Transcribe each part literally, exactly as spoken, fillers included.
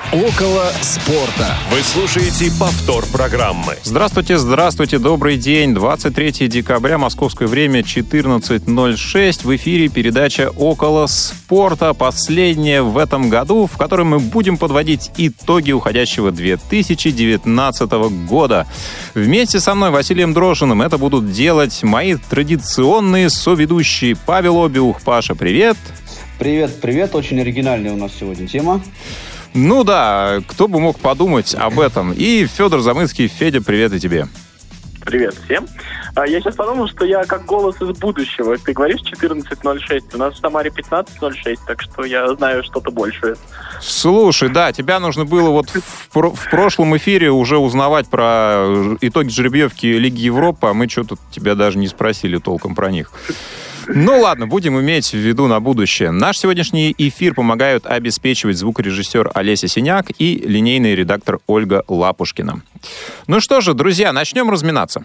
Около спорта. Вы слушаете повтор программы. Здравствуйте, здравствуйте, добрый день. двадцать третьего декабря, московское время, четырнадцать ноль шесть. В эфире передача «Около спорта». Последняя в этом году, в которой мы будем подводить итоги уходящего две тысячи девятнадцатого года. Вместе со мной, Василием Дрожжиным, это будут делать мои традиционные соведущие. Павел Обиух. Паша, привет. Привет, привет. Очень оригинальная у нас сегодня тема. Ну да, кто бы мог подумать об этом. И Федор Замыцкий. Федя, привет и тебе. Привет всем. Я сейчас подумал, что я как голос из будущего. Ты говоришь четырнадцать ноль шесть, у нас в Самаре пятнадцать ноль шесть, так что я знаю что-то большее. Слушай, да, тебя нужно было вот в, про- в прошлом эфире уже узнавать про итоги жеребьевки Лиги Европы, а мы что-то тебя даже не спросили толком про них. Ну ладно, будем иметь в виду на будущее. Наш сегодняшний эфир помогают обеспечивать звукорежиссер Олеся Синяк и линейный редактор Ольга Лапушкина. Ну что же, друзья, начнем разминаться.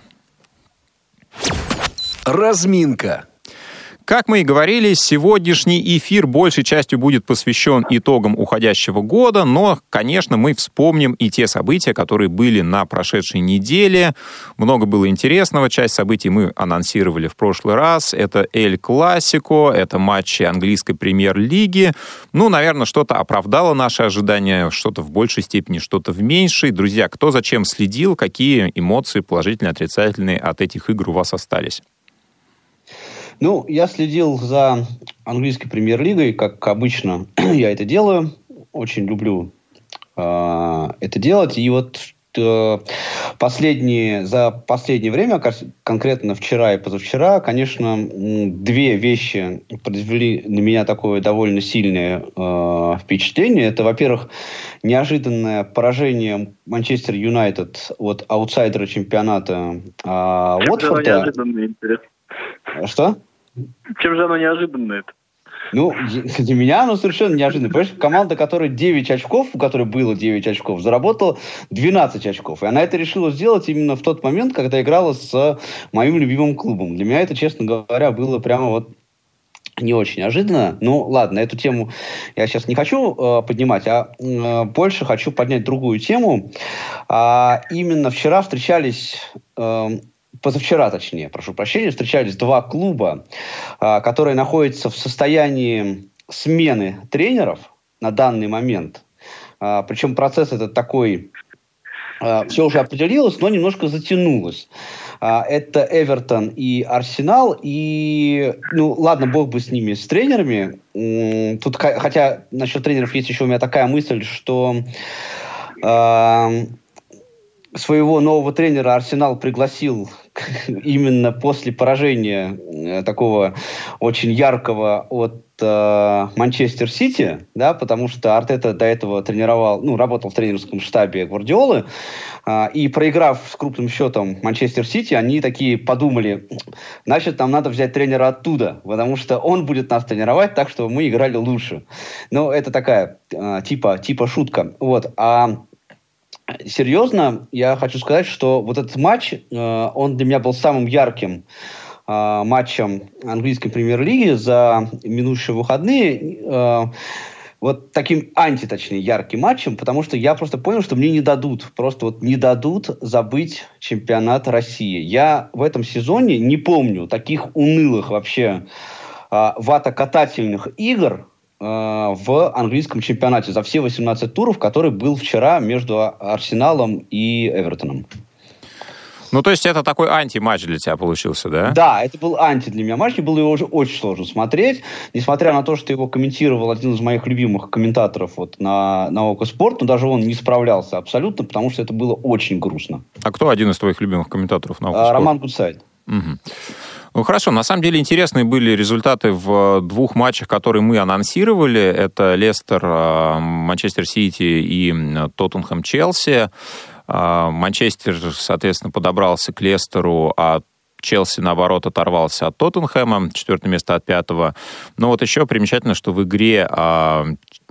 Разминка. Как мы и говорили, сегодняшний эфир большей частью будет посвящен итогам уходящего года, но, конечно, мы вспомним и те события, которые были на прошедшей неделе. Много было интересного, часть событий мы анонсировали в прошлый раз. Это Эль Классико, это матчи английской премьер-лиги. Ну, наверное, что-то оправдало наши ожидания, что-то в большей степени, что-то в меньшей. Друзья, кто зачем следил, какие эмоции положительные, отрицательные от этих игр у вас остались? Ну, я следил за английской премьер-лигой, как обычно я это делаю. Очень люблю э, это делать. И вот э, последние, за последнее время, конкретно вчера и позавчера, конечно, две вещи произвели на меня такое довольно сильное э, впечатление. Это, во-первых, неожиданное поражение Манчестер Юнайтед от аутсайдера чемпионата э, Уотфорда. Что? Чем же оно неожиданно это? Ну, для меня оно совершенно неожиданно. Понимаешь, команда, которая девять очков, у которой было девять очков, заработала двенадцать очков. И она это решила сделать именно в тот момент, когда играла с моим любимым клубом. Для меня это, честно говоря, было прямо вот не очень неожиданно. Ну, ладно, эту тему я сейчас не хочу э, поднимать, а э, больше хочу поднять другую тему. А, именно вчера встречались... Э, Позавчера, точнее, прошу прощения, встречались два клуба, а, которые находятся в состоянии смены тренеров на данный момент. А, причем процесс этот такой, а, все уже определилось, но немножко затянулось. А, это Эвертон и Арсенал. И, ну, ладно, бог бы с ними, с тренерами. М- тут, хотя насчет тренеров есть еще у меня такая мысль, что... А, своего нового тренера Арсенал пригласил именно после поражения э, такого очень яркого от э, Манчестер Сити, да, потому что Артета до этого тренировал, ну, работал в тренерском штабе Гвардиолы, э, и проиграв с крупным счетом Манчестер Сити, они такие подумали, значит, нам надо взять тренера оттуда, потому что он будет нас тренировать так, чтобы мы играли лучше. Ну, это такая э, типа, типа шутка. Вот. А серьезно, я хочу сказать, что вот этот матч, э, он для меня был самым ярким э, матчем английской премьер-лиги за минувшие выходные. Э, вот таким анти, точнее, ярким матчем, потому что я просто понял, что мне не дадут, просто вот не дадут забыть чемпионат России. Я в этом сезоне не помню таких унылых вообще э, ватокатательных игр в английском чемпионате за все восемнадцать туров, который был вчера между Арсеналом и Эвертоном. Ну, то есть это такой анти-матч для тебя получился, да? Да, это был анти для меня матч, и было его уже очень сложно смотреть, несмотря на то, что его комментировал один из моих любимых комментаторов вот на, на Око Спорт, но даже он не справлялся абсолютно, потому что это было очень грустно. А кто один из твоих любимых комментаторов на Око Спорт? Роман Гудсайд. Угу. Ну, хорошо. На самом деле интересные были результаты в двух матчах, которые мы анонсировали. Это Лестер, Манчестер Сити и Тоттенхэм Челси. Манчестер, соответственно, подобрался к Лестеру, а Челси, наоборот, оторвался от Тоттенхэма. Четвертое место от пятого. Но вот еще примечательно, что в игре,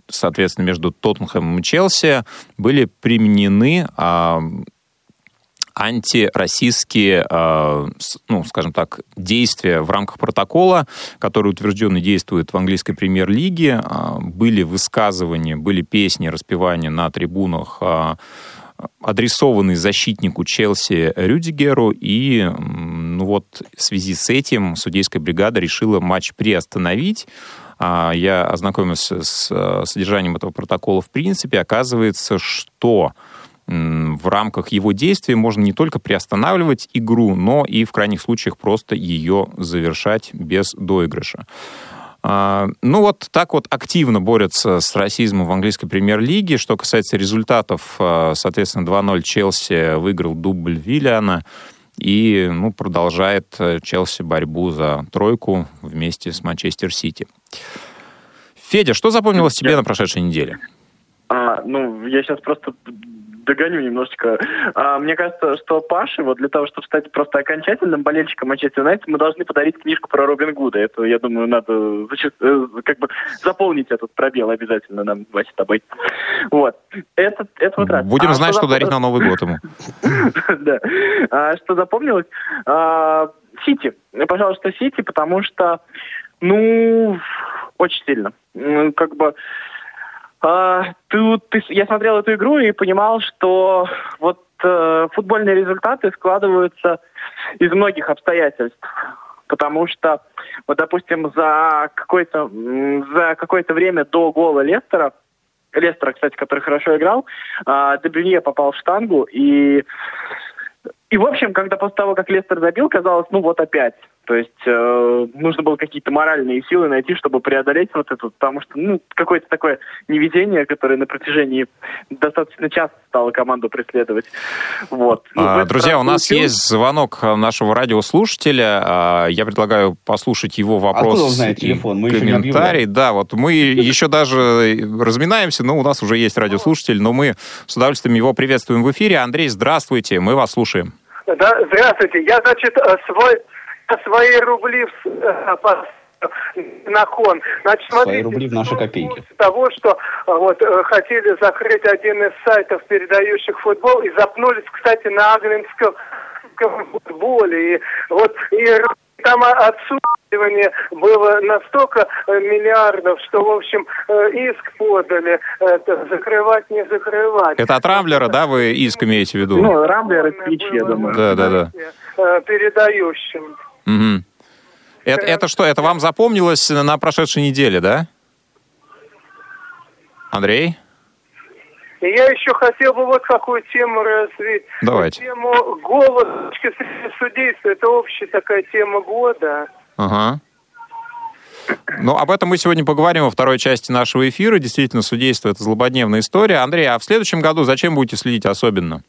соответственно, между Тоттенхэмом и Челси были применены антироссийские, ну, скажем так, действия в рамках протокола, который утвержден и действует в английской премьер-лиге. Были высказывания, были песни, распевания на трибунах, адресованные защитнику Челси Рюдигеру, и ну, вот в связи с этим судейская бригада решила матч приостановить. Я ознакомился с содержанием этого протокола в принципе. Оказывается, что в рамках его действий можно не только приостанавливать игру, но и в крайних случаях просто ее завершать без доигрыша. Ну вот так вот активно борются с расизмом в английской премьер-лиге. Что касается результатов, соответственно, два ноль Челси выиграл дубль Виллиана и ну, продолжает Челси борьбу за тройку вместе с Манчестер Сити. Федя, что запомнилось тебе на прошедшей неделе? А, ну, я сейчас просто догоню немножечко. А, мне кажется, что Паше, вот для того, чтобы стать просто окончательным болельщиком Манчестер Юнайтед, мы должны подарить книжку про Робин Гуда. Это, я думаю, надо как бы заполнить этот пробел обязательно нам, Вася, с тобой. Вот. Это, это вот раз. Будем знать, что дарить на Новый год ему. Да. Что запомнилось? Сити. Пожалуйста, Сити, потому что, ну, очень сильно. Как бы Uh, ты, ты, я смотрел эту игру и понимал, что вот uh, футбольные результаты складываются из многих обстоятельств. Потому что, вот, допустим, за какое-то, за какое-то время до гола Лестера, Лестера, кстати, который хорошо играл, uh, Де Брюйне попал в штангу. И, и, в общем, когда после того, как Лестер забил, казалось, ну вот опять. То есть э, нужно было какие-то моральные силы найти, чтобы преодолеть вот это, потому что ну, какое-то такое невезение, которое на протяжении достаточно часто стало команду преследовать. Вот. Ну, а, друзья, у нас получилось... есть звонок нашего радиослушателя. Я предлагаю послушать его вопрос. Откуда вы знаете телефон? Мы комментарий. Да, вот мы еще даже разминаемся, но у нас уже есть радиослушатель, но мы с удовольствием его приветствуем в эфире. Андрей, здравствуйте, мы вас слушаем. Да, здравствуйте. Я, значит, свой... свои рубли на хон. Значит, смотрите, свои рубли в наши копейки. Того, что вот хотели закрыть один из сайтов, передающих футбол, и запнулись, кстати, на английском футболе. И вот и там отсутствие было настолько миллиардов, что, в общем, иск подали. Это закрывать, не закрывать. Это от Рамблера, да, вы иск имеете в виду? Ну, Рамблер и Твич, я думаю. Да, да, да. Передающим. Угу. Это, это что, это вам запомнилось на прошедшей неделе, да? Андрей? И я еще хотел бы вот какую тему развить. Давайте. Тему года с точки зрения судейства. Это общая такая тема года. Ага. Ну, об этом мы сегодня поговорим во второй части нашего эфира. Действительно, судейство — это злободневная история. Андрей, а в следующем году зачем будете следить особенно?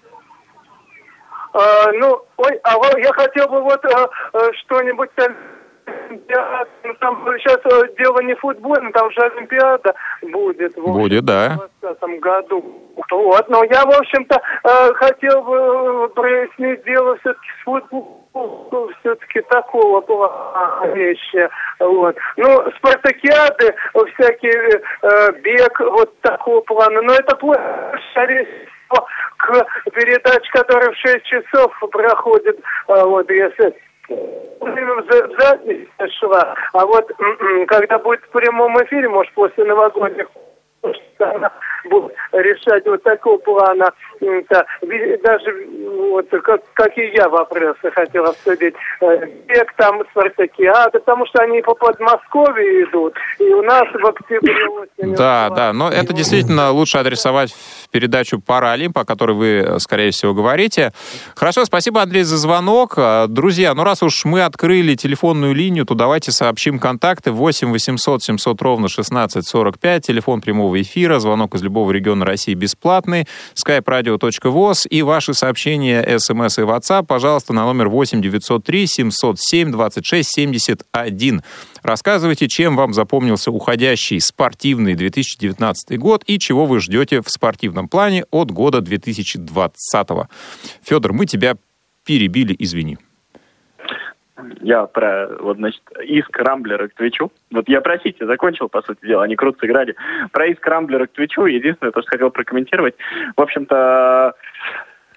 А, ну, ой, а вот я хотел бы вот а, а, что-нибудь там, ну, там сейчас дело не футбольное, там же Олимпиада будет. Будет, да. В двадцатом году. Вот, но я, в общем-то, а, хотел бы прояснить дело все-таки с футболом, все-таки такого плана вещи. Вот. Ну, спартакиады, всякие э, бег вот такого плана, но это больше к передаче, которая в шесть часов проходит, вот, если в задницу шла, а вот когда будет в прямом эфире, может, после новогодних, она будет решать вот такого плана, даже вот как, какие я вопросы хотел обсудить. Бег там, спартакиады, потому что они по Подмосковью идут, и у нас в октябре осенью. Да, да, но это действительно лучше адресовать в передачу «Паралимп», о которой вы, скорее всего, говорите. Хорошо, спасибо, Андрей, за звонок. Друзья, ну раз уж мы открыли телефонную линию, то давайте сообщим контакты. восемь восемьсот семьсот ровно шестнадцать сорок пять, телефон прямого эфира, звонок из любого региона России бесплатный, skype radio точка voz и ваши сообщения, смс и WhatsApp, пожалуйста, на номер восемь девятьсот три семьсот семь двадцать шесть семьдесят один. Рассказывайте, чем вам запомнился уходящий спортивный две тысячи девятнадцатый год и чего вы ждете в спортивном плане от года две тысячи двадцатого. Федор, мы тебя перебили, извини. Я про, вот, значит, иск Рамблера к Твичу. Вот я про Сити закончил, по сути дела, они круто сыграли. Про иск Рамблера к Твичу, единственное, то, что хотел прокомментировать. В общем-то,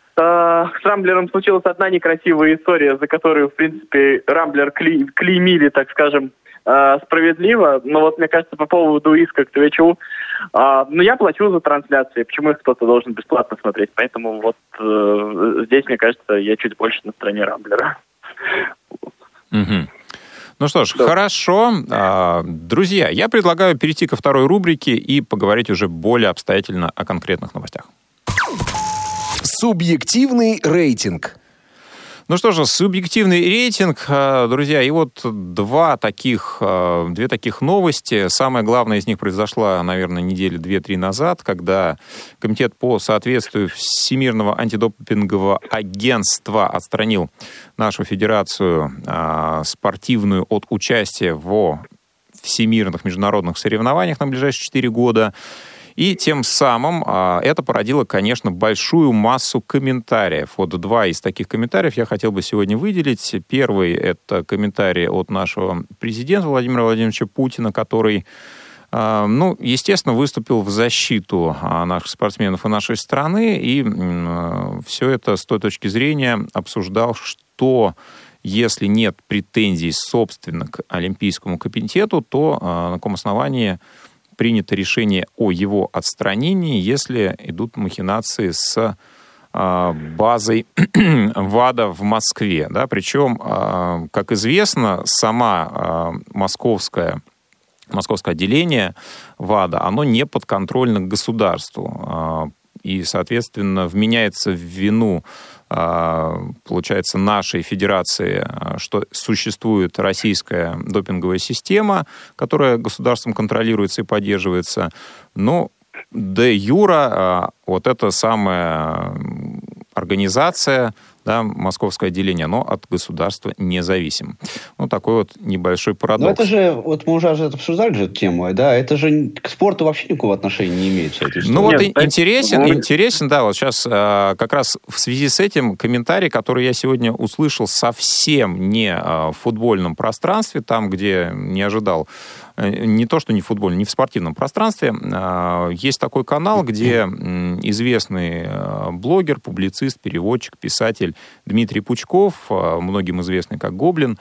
с Рамблером случилась одна некрасивая история, за которую, в принципе, Рамблер клей, клеймили, так скажем, справедливо. Но вот, мне кажется, по поводу иска к Твичу, ну, я плачу за трансляции. Почему их кто-то должен бесплатно смотреть? Поэтому вот здесь, мне кажется, я чуть больше на стороне Рамблера. Угу. Ну что ж, да. Хорошо. Друзья, я предлагаю перейти ко второй рубрике и поговорить уже более обстоятельно о конкретных новостях. Субъективный рейтинг. Ну что же, субъективный рейтинг, друзья, и вот два таких, две таких новости. Самое главное из них произошла, наверное, недели две-три назад, когда Комитет по соответствию Всемирного антидопингового агентства отстранил нашу федерацию спортивную от участия в всемирных международных соревнованиях на ближайшие четыре года. И тем самым а, это породило, конечно, большую массу комментариев. Вот два из таких комментариев я хотел бы сегодня выделить. Первый — это комментарий от нашего президента Владимира Владимировича Путина, который, а, ну, естественно, выступил в защиту а, наших спортсменов и нашей страны. И а, все это с той точки зрения обсуждал, что если нет претензий, собственно, к Олимпийскому комитету, то а, на каком основании принято решение о его отстранении, если идут махинации с а, базой ВАДА в Москве. Да? Причем, а, как известно, сама а, московская, московское отделение ВАДА, оно не подконтрольно государству. А, и, соответственно, вменяется в вину, получается, нашей федерации, что существует российская допинговая система, которая государством контролируется и поддерживается. Но де юра вот эта самая организация, да, московское отделение, оно от государства независимо. Ну, такой вот небольшой парадокс. Но это же, вот мы уже обсуждали же эту тему, да, это же к спорту вообще никакого отношения не имеет. Вся эта история. Ну, вот Нет, интересен, это... интересен, да, вот сейчас а, как раз в связи с этим комментарий, который я сегодня услышал совсем не а, в футбольном пространстве, там, где не ожидал, не то, что не в футбольном, не в спортивном пространстве. Есть такой канал, где известный блогер, публицист, переводчик, писатель Дмитрий Пучков, многим известный как Гоблин,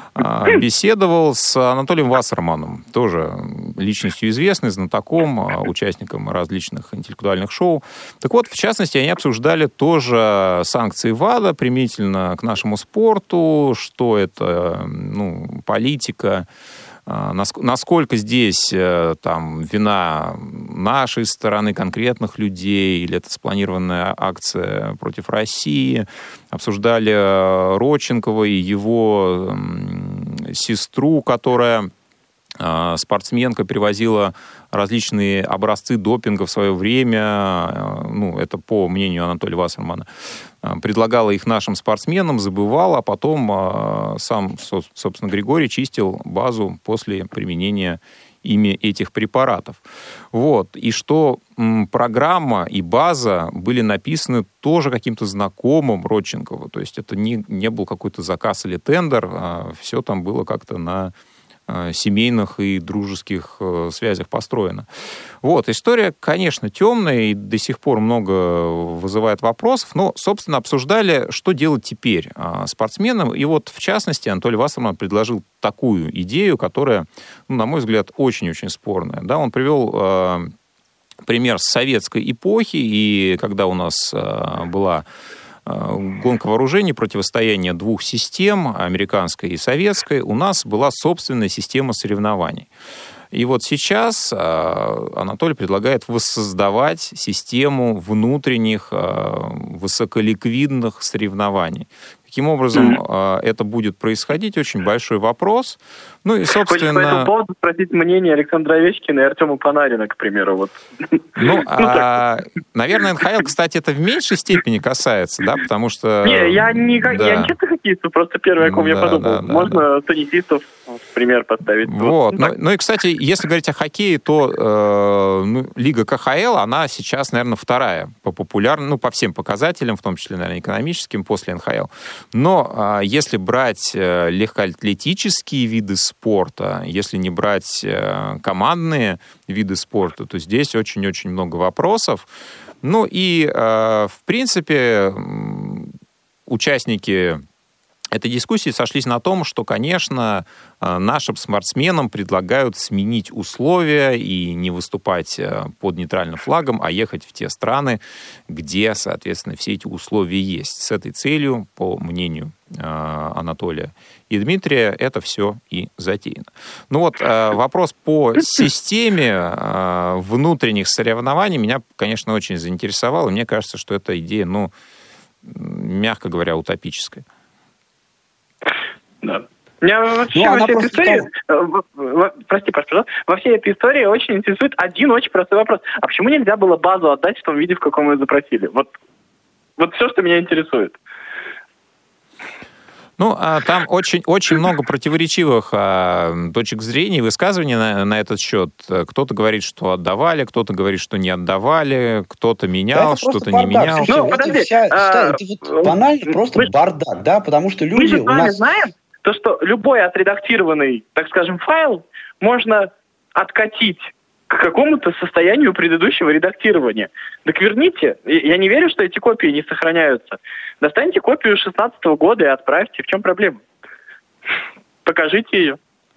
беседовал с Анатолием Вассерманом, тоже личностью известной, знатоком, участником различных интеллектуальных шоу. Так вот, в частности, они обсуждали тоже санкции ВАДА применительно к нашему спорту, что это, ну, политика, насколько здесь там вина нашей стороны, конкретных людей, или это спланированная акция против России. Обсуждали Родченкова и его сестру, которая, спортсменка, перевозила различные образцы допинга в свое время, ну, это по мнению Анатолия Вассермана, предлагала их нашим спортсменам, забывала, а потом сам, собственно, Григорий чистил базу после применения ими этих препаратов. Вот. И что м, программа и база были написаны тоже каким-то знакомым Родченкова. То есть это не, не был какой-то заказ или тендер, а все там было как-то на семейных и дружеских э, связях построена. Вот. История, конечно, темная и до сих пор много вызывает вопросов, но, собственно, обсуждали, что делать теперь э, спортсменам. И вот, в частности, Анатолий Вассерман предложил такую идею, которая, ну, на мой взгляд, очень-очень спорная. Да, он привел э, пример с советской эпохи, и когда у нас э, была гонка вооружений, противостояние двух систем, американской и советской, у нас была собственная система соревнований. И вот сейчас Анатолий предлагает воссоздавать систему внутренних высоколиквидных соревнований. Каким образом mm-hmm. это будет происходить, очень большой вопрос. Ну и, собственно... Хочется по этому поводу спросить мнение Александра Овечкина и Артема Панарина, к примеру. Вот. Ну, а, наверное, эн ха эл, кстати, это в меньшей степени касается, да, потому что... Не, я не, да. я не чисто хоккеистов, просто первое, о ком да, я подумал. Да, да, Можно да. теннисистов в пример поставить. Вот. Ну, ну и, кстати, если говорить о хоккее, то э, ну, лига ка ха эл, она сейчас, наверное, вторая по популярны, ну, по всем показателям, в том числе, наверное, экономическим, после эн ха эл. Но а, если брать а, легкоатлетические виды спорта, если не брать а, командные виды спорта, то здесь очень-очень много вопросов. Ну и, а, в принципе, участники этой дискуссии сошлись на том, что, конечно, нашим спортсменам предлагают сменить условия и не выступать под нейтральным флагом, а ехать в те страны, где, соответственно, все эти условия есть. С этой целью, по мнению Анатолия и Дмитрия, это все и затеяно. Ну вот, вопрос по системе внутренних соревнований меня, конечно, очень заинтересовал, и мне кажется, что эта идея, ну, мягко говоря, утопическая. Да. Меня вообще ну, во всей этой истории, там... во, прости, пожалуйста, во всей этой истории очень интересует один очень простой вопрос. А почему нельзя было базу отдать в том виде, в каком ее запросили? Вот, вот все, что меня интересует. Ну, а там очень, очень много противоречивых а, точек зрения и высказываний на, на этот счет. Кто-то говорит, что отдавали, кто-то говорит, что не отдавали, кто-то менял, да, что-то не менял. Ну, это подожди, вся, а, это вот банально просто мы, бардак, да, потому что люди мы же у нас... знаем, то, что любой отредактированный, так скажем, файл можно откатить к какому-то состоянию предыдущего редактирования. Так верните. Я не верю, что эти копии не сохраняются. Достаньте копию шестнадцатого года и отправьте. В чем проблема? Покажите ее.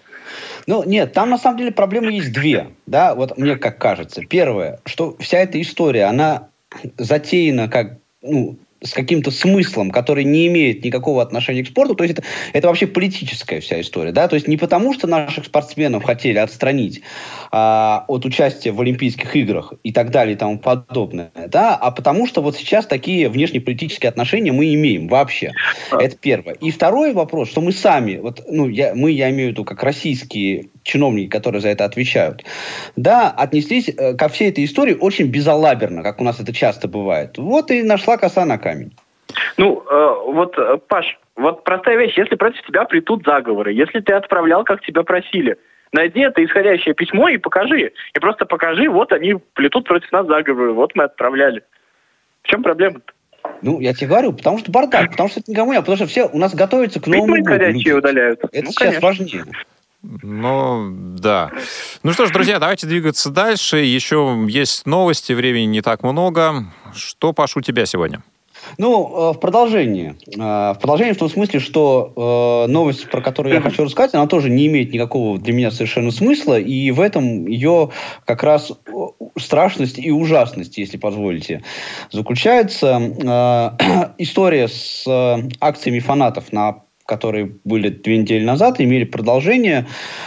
Ну, нет, там на самом деле проблемы есть две. Да, вот мне как кажется. Первое, что вся эта история, она затеяна как... ну, с каким-то смыслом, который не имеет никакого отношения к спорту, то есть это, это вообще политическая вся история, да, то есть не потому, что наших спортсменов хотели отстранить а, от участия в Олимпийских играх и так далее и тому подобное, да, а потому что вот сейчас такие внешнеполитические отношения мы имеем вообще. Это первое. И второй вопрос, что мы сами, вот, ну, я, мы, я имею в виду, как российские чиновники, которые за это отвечают, да, отнеслись э, ко всей этой истории очень безалаберно, как у нас это часто бывает. Вот и нашла коса на камень. Ну, э, вот, Паш, вот простая вещь. Если против тебя плетут заговоры, если ты отправлял, как тебя просили, найди это исходящее письмо и покажи. И просто покажи, вот они плетут против нас заговоры, вот мы отправляли. В чем проблема-то? Ну, я тебе говорю, потому что бардак, потому что это никому не... Потому что все у нас готовятся к Новому году. Исходящие удаляют. Это ну, сейчас конечно. важнее. Ну, да. Ну что ж, друзья, давайте двигаться дальше. Еще есть новости, времени не так много. Что, Паш, у тебя сегодня? Ну, в продолжении. В продолжении в том смысле, что новость, про которую я хочу рассказать, она тоже не имеет никакого для меня совершенно смысла, и в этом ее как раз страшность и ужасность, если позволите, заключается. История с акциями фанатов, на которые были две недели назад, имели продолжение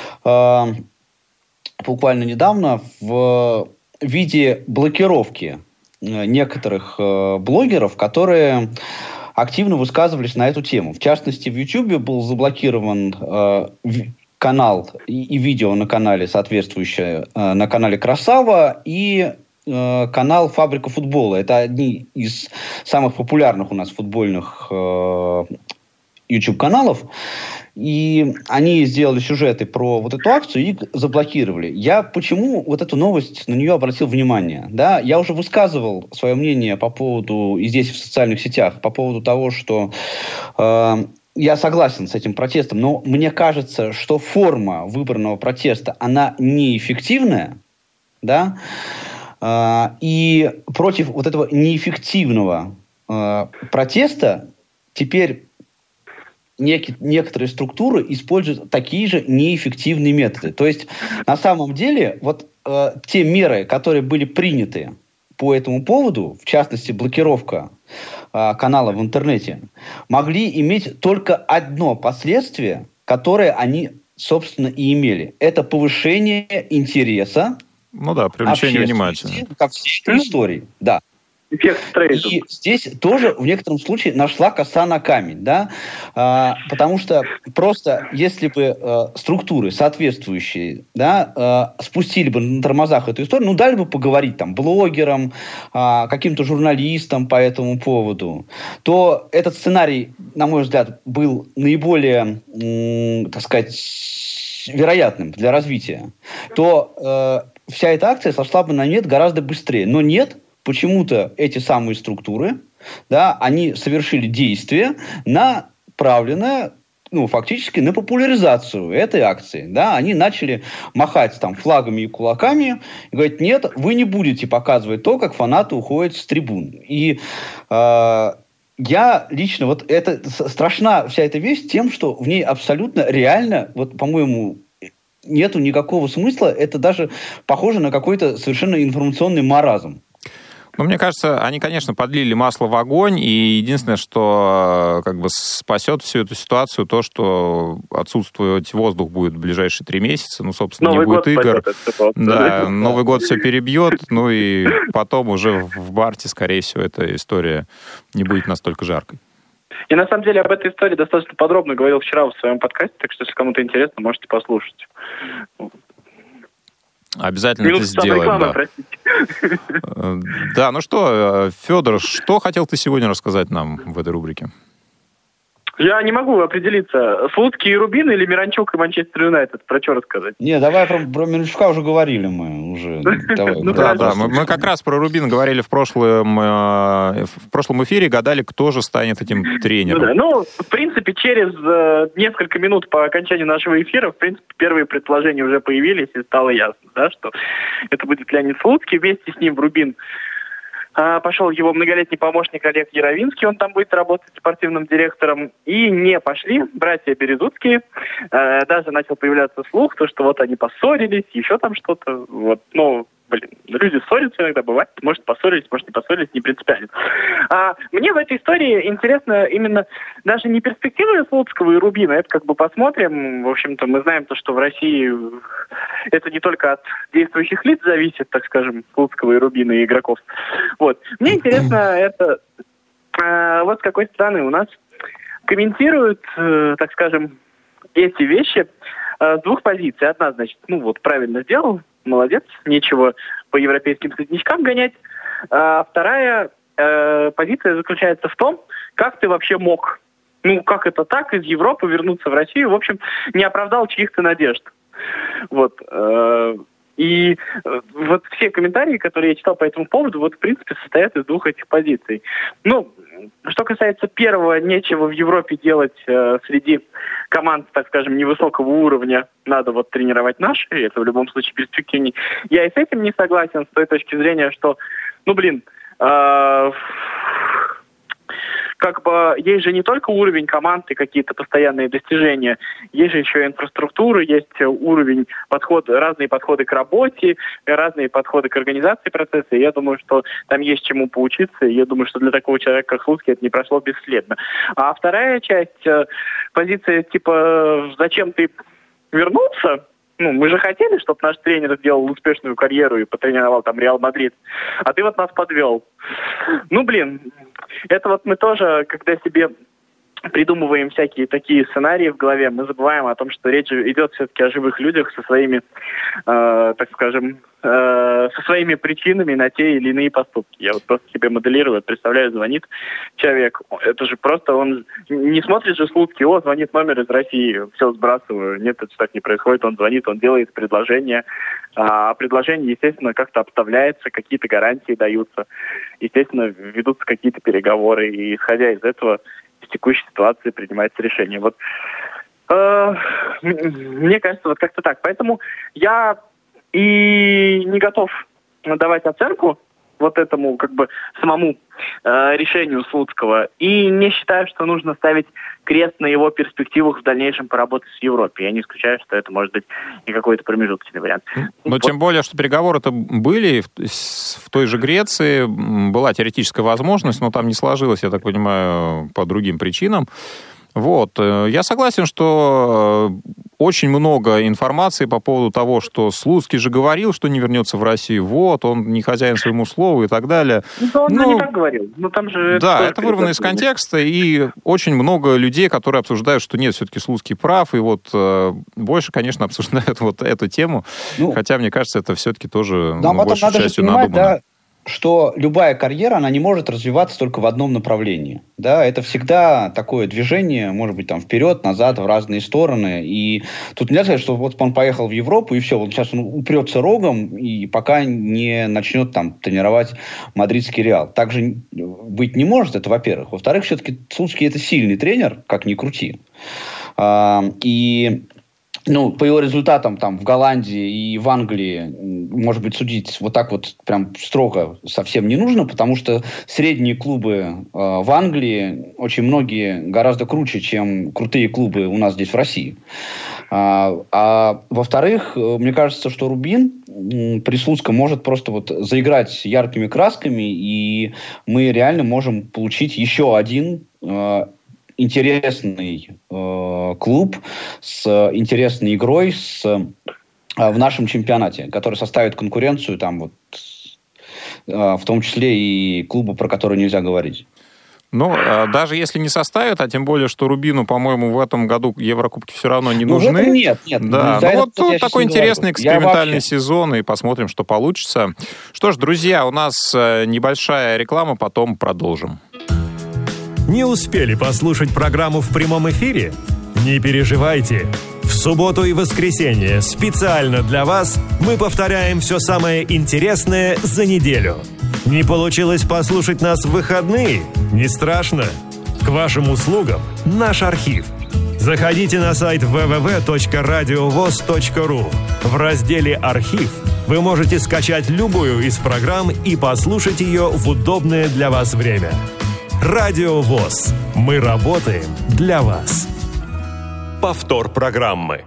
буквально недавно в виде блокировки некоторых э, блогеров, которые активно высказывались на эту тему. В частности, в Ютьюбе был заблокирован э, в- канал и, и видео на канале соответствующее, э, на канале Красава, и э, канал Фабрика футбола. Это одни из самых популярных у нас футбольных э, YouTube-каналов. И они сделали сюжеты про вот эту акцию и заблокировали. Я почему вот эту новость, на нее обратил внимание? Да? Я уже высказывал свое мнение по поводу, и здесь в социальных сетях, по поводу того, что э, я согласен с этим протестом, но мне кажется, что форма выбранного протеста, она неэффективная, да? э, и против вот этого неэффективного э, протеста теперь Неки, некоторые структуры используют такие же неэффективные методы. То есть, на самом деле, вот э, те меры, которые были приняты по этому поводу, в частности, блокировка э, канала в интернете, могли иметь только одно последствие, которое они, собственно, и имели. Это повышение интереса, ну да, привлечение внимания ко всей этой истории. Да. И здесь тоже в некотором случае нашла коса на камень, да, а, потому что просто если бы а, структуры соответствующие, да, а, спустили бы на тормозах эту историю, ну дали бы поговорить там блогерам, а, каким-то журналистам по этому поводу, то этот сценарий, на мой взгляд, был наиболее, м, так сказать, вероятным для развития, то э, вся эта акция сошла бы на нет гораздо быстрее. Но нет. почему-то эти самые структуры, да, они совершили действие, направленное, ну, фактически на популяризацию этой акции. Да? Они начали махать там флагами и кулаками и говорить: нет, вы не будете показывать то, как фанаты уходят с трибун. И э, я лично, вот это страшна вся эта вещь тем, что в ней абсолютно реально, вот, по-моему, нету никакого смысла. Это даже похоже на какой-то совершенно информационный маразм. Ну, мне кажется, они, конечно, подлили масло в огонь, и единственное, что как бы спасет всю эту ситуацию, то, что отсутствовать воздух будет в ближайшие три месяца, ну, собственно, Новый не будет игр. Да, Новый год все перебьет, ну и потом уже в марте, скорее всего, эта история не будет настолько жаркой. И на самом деле об этой истории достаточно подробно говорил вчера в своем подкасте, так что, если кому-то интересно, можете послушать. Обязательно Минус это сделаем. Реклама, да. Простите. Да, ну что, Федор, что хотел ты сегодня рассказать нам в этой рубрике? Я не могу определиться, Слуцкий и Рубин или Миранчук и Манчестер Юнайтед? Про что рассказать? Не, давай про, про Миранчука уже говорили мы. уже. Да, да, мы как раз про Рубин говорили в прошлом в прошлом эфире, гадали, кто же станет этим тренером. Ну, в принципе, через несколько минут по окончанию нашего эфира, в принципе, первые предположения уже появились, и стало ясно, да, что это будет Леонид Слуцкий. Вместе с ним в Рубин пошел его многолетний помощник Олег Яровинский, он там будет работать спортивным директором. И не пошли братья Березутские. Даже начал появляться слух, то, что вот они поссорились, еще там что-то. Вот, ну, блин, люди ссорятся иногда, бывает. Может, поссорились, может, не поссорились, не принципиально. А мне в этой истории интересно именно даже не перспективы Слуцкого и Рубина, это как бы посмотрим. В общем-то, мы знаем то, что в России это не только от действующих лиц зависит, так скажем, Слуцкого и Рубина и игроков. Вот. Мне интересно это э, вот с какой стороны у нас комментируют, э, так скажем, эти вещи э, с двух позиций. Одна, значит, ну вот, правильно сделал, молодец, нечего по европейским среднячкам гонять. А вторая э, позиция заключается в том, как ты вообще мог, ну как это так, из Европы вернуться в Россию, в общем, не оправдал чьих-то надежд. Вот. Э, и э, вот все комментарии, которые я читал по этому поводу, вот в принципе состоят из двух этих позиций. Ну, что касается первого, нечего в Европе делать э, среди команд, так скажем, невысокого уровня, надо вот тренировать наши, это в любом случае перспективнее. Я и с этим не согласен, с той точки зрения, что, ну, блин, э, как бы есть же не только уровень команд и какие-то постоянные достижения, есть же еще инфраструктура, есть уровень подхода, разные подходы к работе, разные подходы к организации процесса. И я думаю, что там есть чему поучиться. И я думаю, что для такого человека, как Слуцкий, это не прошло бесследно. А вторая часть, позиция типа «зачем ты вернулся?» Ну, мы же хотели, чтобы наш тренер сделал успешную карьеру и потренировал там Реал Мадрид, а ты вот нас подвел. Ну, блин, это вот мы тоже, когда себе придумываем всякие такие сценарии в голове, мы забываем о том, что речь идет все-таки о живых людях со своими, э, так скажем, э, со своими причинами на те или иные поступки. Я вот просто себе моделирую, представляю, звонит человек, это же просто он не смотрит же Слуцкий, о, звонит номер из России, все сбрасываю. Нет, это так не происходит, он звонит, он делает предложение, а предложение, естественно, как-то обставляется, какие-то гарантии даются, естественно, ведутся какие-то переговоры, и исходя из этого в текущей ситуации принимается решение. Вот э, мне кажется, вот как-то так. Поэтому я и не готов давать оценку вот этому как бы самому э, решению Слуцкого. И не считаю, что нужно ставить крест на его перспективах в дальнейшем поработать в Европе. Я не исключаю, что это может быть и какой-то промежуточный вариант. Но вот. Тем более, что переговоры-то были в, в той же Греции, была теоретическая возможность, но там не сложилось, я так понимаю, по другим причинам. Вот. Я согласен, что очень много информации по поводу того, что Слуцкий же говорил, что не вернется в Россию. Вот, он не хозяин своему слову и так далее. Ну, он ну, не так говорил. Ну, там же да, это, это вырвано из контекста, и очень много людей, которые обсуждают, что нет, все-таки Слуцкий прав, и вот э, больше, конечно, обсуждают вот эту тему, ну, хотя, мне кажется, это все-таки тоже ну, ну, большей частью надумано. Да, что любая карьера, она не может развиваться только в одном направлении. Да, это всегда такое движение, может быть, там вперед, назад, в разные стороны. И тут нельзя сказать, что вот он поехал в Европу, и все, вот сейчас он упрется рогом, и пока не начнет там тренировать мадридский Реал. Так же быть не может, это во-первых. Во-вторых, все-таки Слуцкий это сильный тренер, как ни крути. А, и... Ну, по его результатам там в Голландии и в Англии, может быть, судить вот так вот прям строго совсем не нужно, потому что средние клубы э, в Англии очень многие гораздо круче, чем крутые клубы у нас здесь в России. А, а во-вторых, мне кажется, что Рубин при Слуцком может просто вот заиграть яркими красками, и мы реально можем получить еще один э, интересный э, клуб с интересной игрой с, э, в нашем чемпионате, который составит конкуренцию там вот, э, в том числе и клубу, про который нельзя говорить. Ну, даже если не составят, а тем более, что Рубину, по-моему, в этом году Еврокубки все равно не ну, нужны. Нет, нет. Да, ну, вот тут такой интересный экспериментальный вообще... сезон, и посмотрим, что получится. Что ж, друзья, у нас небольшая реклама, потом продолжим. Не успели послушать программу в прямом эфире? Не переживайте. В субботу и воскресенье специально для вас мы повторяем все самое интересное за неделю. Не получилось послушать нас в выходные? Не страшно. К вашим услугам наш архив. Заходите на сайт дабл ю дабл ю дабл ю точка радиовос точка ру. В разделе «Архив» вы можете скачать любую из программ и послушать ее в удобное для вас время. Радио ВОС. Мы работаем для вас. Повтор программы.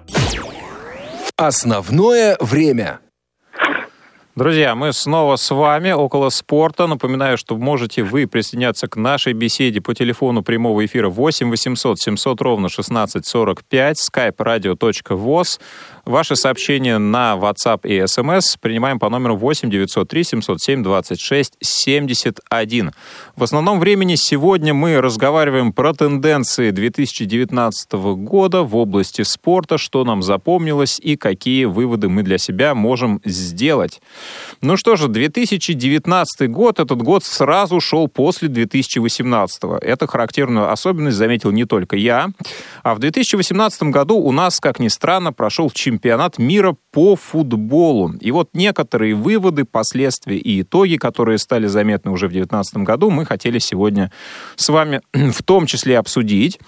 Основное время. Друзья, мы снова с вами около спорта. Напоминаю, что можете вы присоединяться к нашей беседе по телефону прямого эфира восемь восемьсот семьсот ровно шестнадцать сорок пять, skype radio точка voz. Ваши сообщения на WhatsApp и эс эм эс принимаем по номеру восемь девятьсот три семьсот семь двадцать шесть семьдесят один. В основном времени сегодня мы разговариваем про тенденции две тысячи девятнадцатого года в области спорта, что нам запомнилось и какие выводы мы для себя можем сделать. Ну что же, две тысячи девятнадцатый год, этот год сразу шел после две тысячи восемнадцатого. Это характерную особенность заметил не только я. А в две тысячи восемнадцатом году у нас, как ни странно, прошел чемпионат мира по футболу. И вот некоторые выводы, последствия и итоги, которые стали заметны уже в две тысячи девятнадцатом году, мы хотели сегодня с вами в том числе обсудить.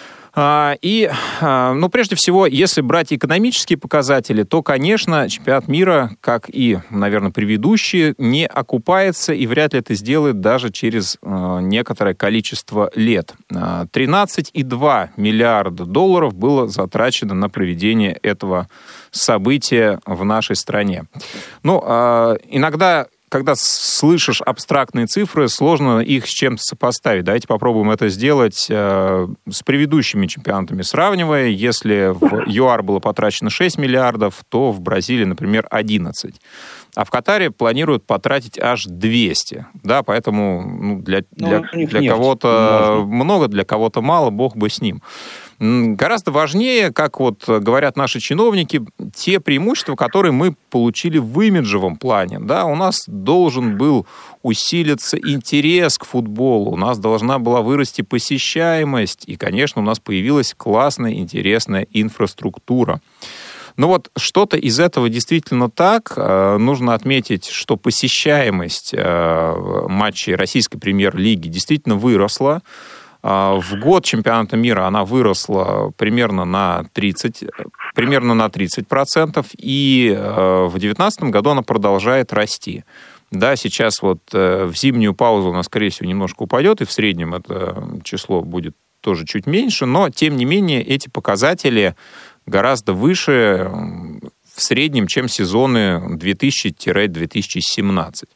И, ну, прежде всего, если брать экономические показатели, то, конечно, чемпионат мира, как и, наверное, предыдущие, не окупается, и вряд ли это сделает даже через некоторое количество лет. тринадцать целых два миллиарда долларов было затрачено на проведение этого события в нашей стране. Ну, иногда... Когда слышишь абстрактные цифры, сложно их с чем-то сопоставить. Давайте попробуем это сделать э, с предыдущими чемпионатами, сравнивая. Если в ЮАР было потрачено шесть миллиардов, то в Бразилии, например, одиннадцать. А в Катаре планируют потратить аж двести. Да, поэтому ну, для, для, ну, для кого-то много, для кого-то мало, бог бы с ним. Гораздо важнее, как вот говорят наши чиновники, те преимущества, которые мы получили в имиджевом плане. Да, у нас должен был усилиться интерес к футболу, у нас должна была вырасти посещаемость, и, конечно, у нас появилась классная, интересная инфраструктура. Но вот что-то из этого действительно так. Нужно отметить, что посещаемость матчей российской премьер-лиги действительно выросла. В год чемпионата мира она выросла примерно на тридцать, примерно на тридцать процентов, и в две тысячи девятнадцатом году она продолжает расти. Да, сейчас вот в зимнюю паузу она, скорее всего, немножко упадет, и в среднем это число будет тоже чуть меньше, но, тем не менее, эти показатели гораздо выше в среднем, чем сезоны две тысячи - две тысячи семнадцать.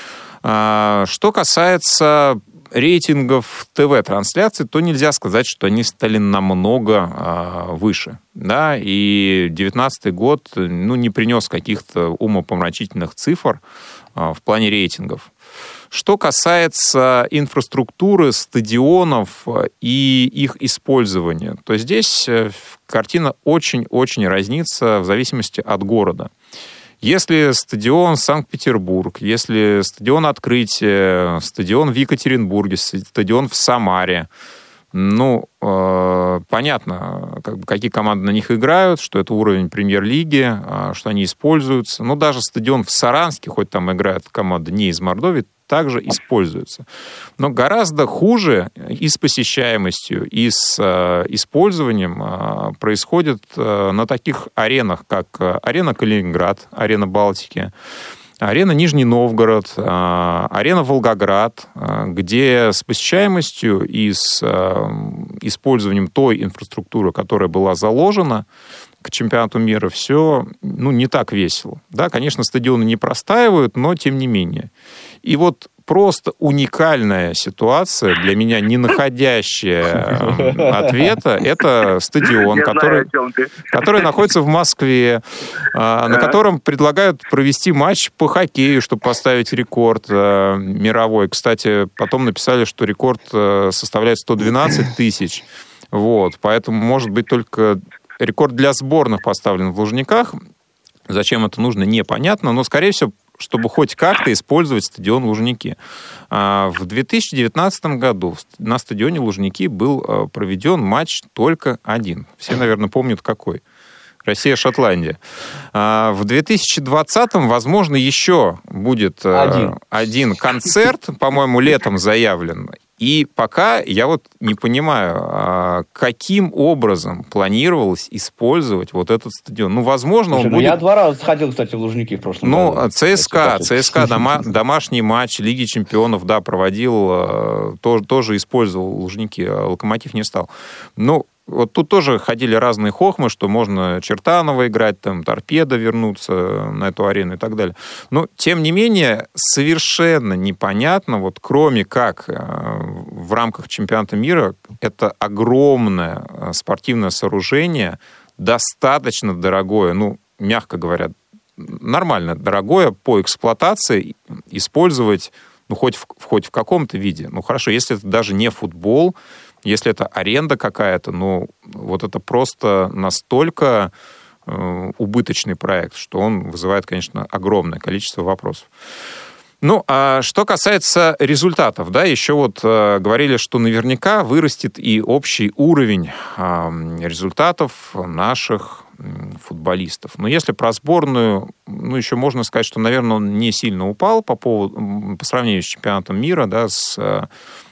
Что касается рейтингов ТВ-трансляций, то нельзя сказать, что они стали намного а, выше. Да? И девятнадцатый год ну, не принес каких-то умопомрачительных цифр а, в плане рейтингов. Что касается инфраструктуры, стадионов и их использования, то здесь картина очень-очень разнится в зависимости от города. Если стадион Санкт-Петербург, если стадион Открытие, стадион в Екатеринбурге, стадион в Самаре, ну, э, понятно, как бы, какие команды на них играют, что это уровень премьер-лиги, э, что они используются. Ну, даже стадион в Саранске, хоть там играет команда не из Мордовии, также используется. Но гораздо хуже и с посещаемостью, и с э, использованием э, происходит э, на таких аренах, как э, арена Калининград, арена Балтики, арена Нижний Новгород, арена Волгоград, где с посещаемостью и с использованием той инфраструктуры, которая была заложена к чемпионату мира, все, ну, не так весело. Да, конечно, стадионы не простаивают, но тем не менее. И вот просто уникальная ситуация, для меня не находящая ответа, это стадион, который, который находится в Москве, на котором предлагают провести матч по хоккею, чтобы поставить рекорд мировой. Кстати, потом написали, что рекорд составляет сто двенадцать тысяч. Вот, поэтому, может быть, только рекорд для сборных поставлен в Лужниках. Зачем это нужно, непонятно, но, скорее всего, чтобы хоть как-то использовать стадион Лужники. В две тысячи девятнадцатом году на стадионе Лужники был проведен матч только один. Все, наверное, помнят, какой. Россия-Шотландия. В две тысячи двадцатом, возможно, еще будет один, один концерт, по-моему, летом заявлен. И пока я вот не понимаю, каким образом планировалось использовать вот этот стадион. Ну, возможно, Слушай, он ну будет... Я два раза сходил, кстати, в Лужники в прошлом ну, году. ЦСКА, ЦСКА дома, домашний матч Лиги Чемпионов, да, проводил, тоже, тоже использовал Лужники, а Локомотив не стал. Ну, вот тут тоже ходили разные хохмы, что можно Чертанова играть, там, Торпедо вернуться на эту арену и так далее. Но, тем не менее, совершенно непонятно, вот кроме как в рамках чемпионата мира, это огромное спортивное сооружение, достаточно дорогое, ну, мягко говоря, нормально дорогое по эксплуатации, использовать, ну, хоть в, хоть в каком-то виде. Ну, хорошо, если это даже не футбол, если это аренда какая-то, ну, вот это просто настолько э, убыточный проект, что он вызывает, конечно, огромное количество вопросов. Ну, а что касается результатов, да, еще вот э, говорили, что наверняка вырастет и общий уровень э, результатов наших э, футболистов. Но если про сборную, ну, еще можно сказать, что, наверное, он не сильно упал по поводу, по сравнению с чемпионатом мира, да, с... Э,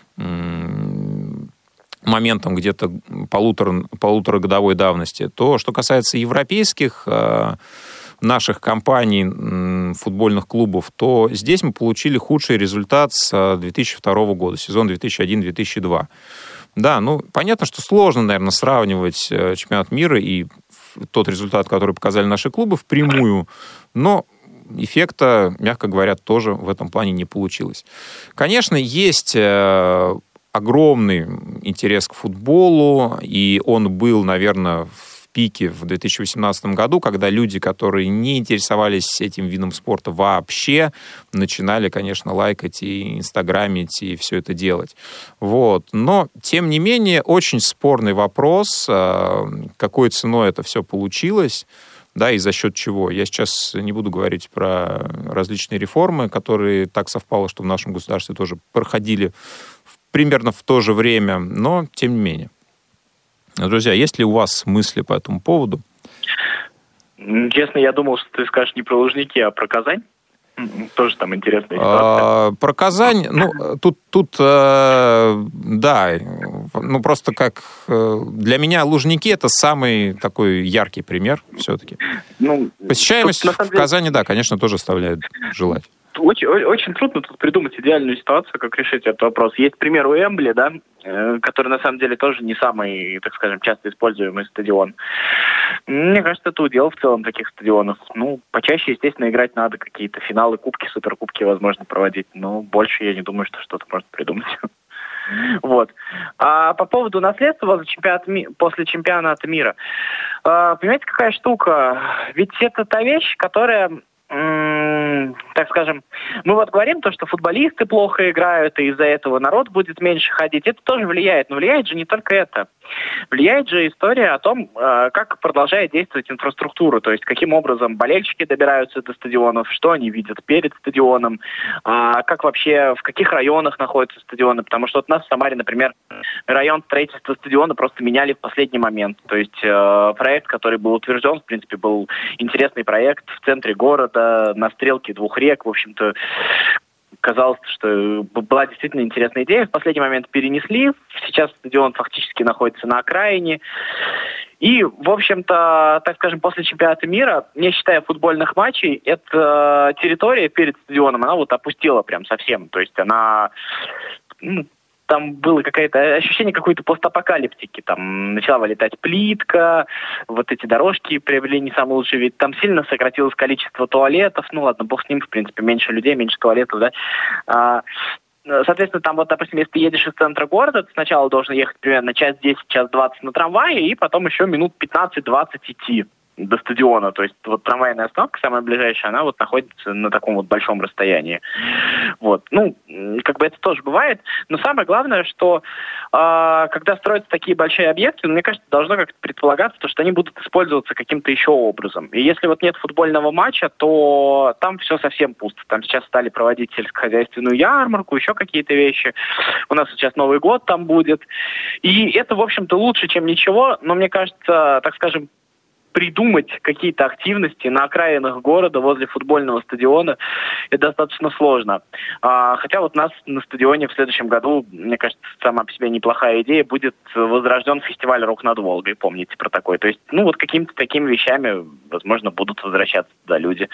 моментом где-то полутора, полуторагодовой давности, то, что касается европейских э, наших компаний, э, футбольных клубов, то здесь мы получили худший результат с две тысячи второго года, сезон две тысячи один - две тысячи два. Да, ну, понятно, что сложно, наверное, сравнивать чемпионат мира и тот результат, который показали наши клубы, впрямую, но эффекта, мягко говоря, тоже в этом плане не получилось. Конечно, есть... Э, огромный интерес к футболу, и он был, наверное, в пике в две тысячи восемнадцатом году, когда люди, которые не интересовались этим видом спорта вообще, начинали, конечно, лайкать и инстаграмить, и все это делать. Вот. Но, тем не менее, очень спорный вопрос, какой ценой это все получилось, да, и за счет чего. Я сейчас не буду говорить про различные реформы, которые так совпало, что в нашем государстве тоже проходили примерно в то же время, но тем не менее. Друзья, есть ли у вас мысли по этому поводу? Честно, я думал, что ты скажешь не про Лужники, а про Казань. Тоже там интересная ситуация. А, про Казань, ну, тут, тут э, да, ну, просто как э, для меня Лужники — это самый такой яркий пример все-таки. Ну, посещаемость тут, в деле... Казани, да, конечно, тоже оставляет желать. Очень, очень трудно тут придумать идеальную ситуацию, как решить этот вопрос. Есть пример у Эмбли, да, который на самом деле тоже не самый, так скажем, часто используемый стадион. Мне кажется, это удел в целом таких стадионов. Ну, почаще, естественно, играть надо, какие-то финалы, кубки, суперкубки, возможно, проводить. Но больше я не думаю, что что-то можно придумать. Вот. А по поводу наследства после чемпионата, после чемпионата мира. Понимаете, какая штука? Ведь это та вещь, которая... м- так скажем, мы вот говорим то, что футболисты плохо играют, и из-за этого народ будет меньше ходить. Это тоже влияет, но влияет же не только это. Влияет же история о том, э, как продолжает действовать инфраструктура, то есть каким образом болельщики добираются до стадионов, что они видят перед стадионом, э, как вообще, в каких районах находятся стадионы, потому что вот у нас в Самаре, например, район строительства стадиона просто меняли в последний момент, то есть э, проект, который был утвержден, в принципе, был интересный проект в центре города, на стрелке двух рек, в общем-то, казалось, что была действительно интересная идея. В последний момент перенесли. Сейчас стадион фактически находится на окраине. И, в общем-то, так скажем, после чемпионата мира, не считая футбольных матчей, эта территория перед стадионом, она вот опустела прям совсем. То есть она... Ну, там было какое-то ощущение какой-то постапокалиптики. Там начала вылетать плитка, вот эти дорожки приобрели не самый лучший вид. Там сильно сократилось количество туалетов. Ну ладно, бог с ним, в принципе, меньше людей, меньше туалетов, да. А, соответственно, там вот, допустим, если ты едешь из центра города, ты сначала должен ехать примерно час десять, час двадцать на трамвае, и потом еще минут пятнадцать-двадцать идти до стадиона. То есть вот трамвайная остановка, самая ближайшая, она вот находится на таком вот большом расстоянии. Вот. Ну, как бы это тоже бывает. Но самое главное, что э, когда строятся такие большие объекты, ну, мне кажется, должно как-то предполагаться, то, что они будут использоваться каким-то еще образом. И если вот нет футбольного матча, то там все совсем пусто. Там сейчас стали проводить сельскохозяйственную ярмарку, еще какие-то вещи. У нас сейчас Новый год там будет. И это, в общем-то, лучше, чем ничего. Но мне кажется, так скажем, придумать какие-то активности на окраинах города возле футбольного стадиона это достаточно сложно. А, хотя вот у нас на стадионе в следующем году, мне кажется, сама по себе неплохая идея, будет возрожден фестиваль «Рок над Волгой». Помните про такой? То есть, ну вот какими-то такими вещами, возможно, будут возвращаться туда люди.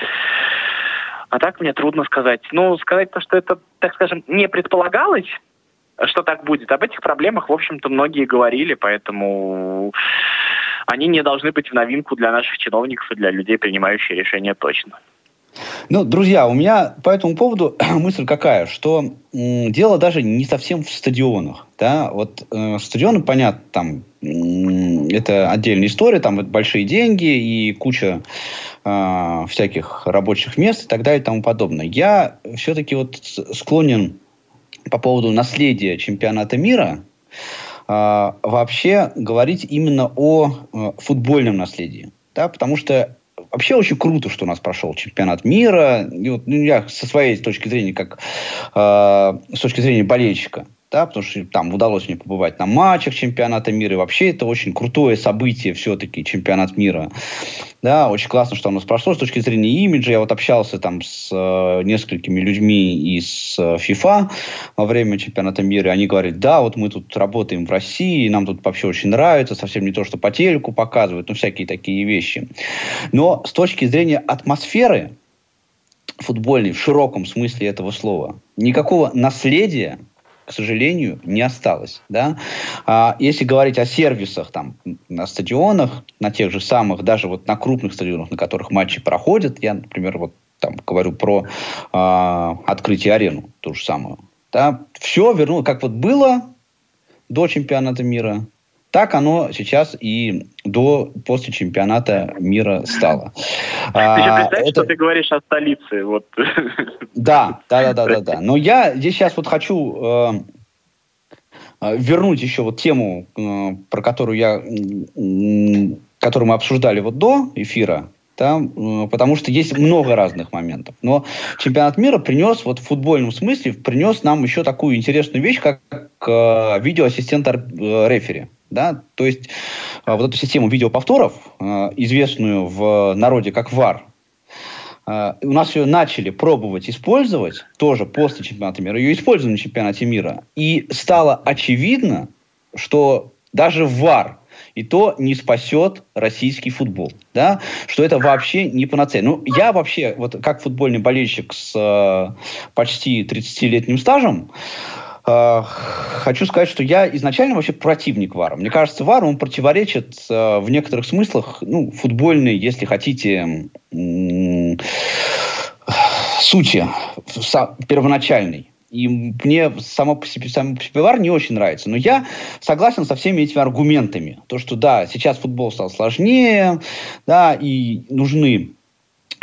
А так мне трудно сказать. Ну, сказать то, что это, так скажем, не предполагалось, что так будет. Об этих проблемах, в общем-то, многие говорили, поэтому они не должны быть в новинку для наших чиновников и для людей, принимающих решения, точно. Ну, друзья, у меня по этому поводу мысль какая, что м, дело даже не совсем в стадионах. Да? Вот э, стадионы, понятно, там м, это отдельная история, там вот большие деньги и куча э, всяких рабочих мест и так далее и тому подобное. Я все-таки вот склонен по поводу наследия чемпионата мира э, вообще говорить именно о э, футбольном наследии. Да? Потому что вообще очень круто, что у нас прошел чемпионат мира. И вот, ну, я со своей точки зрения, как э, с точки зрения болельщика, да, потому что там удалось мне побывать на матчах чемпионата мира. И вообще это очень крутое событие все-таки, чемпионат мира. Да, очень классно, что у нас прошло с точки зрения имиджа. Я вот общался там с э, несколькими людьми из э, FIFA во время чемпионата мира. И они говорят, да, вот мы тут работаем в России, нам тут вообще очень нравится, совсем не то, что по телеку показывают, ну, всякие такие вещи. Но с точки зрения атмосферы футбольной, в широком смысле этого слова, никакого наследия, к сожалению, не осталось. Да? А если говорить о сервисах там, на стадионах, на тех же самых, даже вот на крупных стадионах, на которых матчи проходят, я, например, вот там говорю про э, открытие арену, ту же самую. Да? Все вернулось, как вот было до чемпионата мира, так оно сейчас и до, после чемпионата мира стало. Ты еще представь, это... что ты говоришь о столице. Вот. Да, да, да, да, да, да. Но я здесь сейчас вот хочу э, вернуть еще вот тему, э, про которую я, э, которую мы обсуждали вот до эфира, да, э, потому что есть много разных моментов. Но чемпионат мира принес, вот в футбольном смысле, принес нам еще такую интересную вещь, как э, видеоассистент э, рефери. Да? То есть э, вот эту систему видеоповторов, э, известную в народе как ВАР, э, у нас ее начали пробовать использовать тоже после чемпионата мира. Ее использовали на чемпионате мира. И стало очевидно, что даже ВАР и то не спасет российский футбол. Да? Что это вообще не панацея. Ну, я вообще, вот как футбольный болельщик с э, почти тридцатилетним стажем, хочу сказать, что я изначально вообще противник ВАРа. Мне кажется, ВАР, он противоречит э, в некоторых смыслах, ну, футбольной, если хотите, м- сути са- первоначальной. И мне само по себе, само по себе ВАР не очень нравится. Но я согласен со всеми этими аргументами. То, что да, сейчас футбол стал сложнее, да, и нужны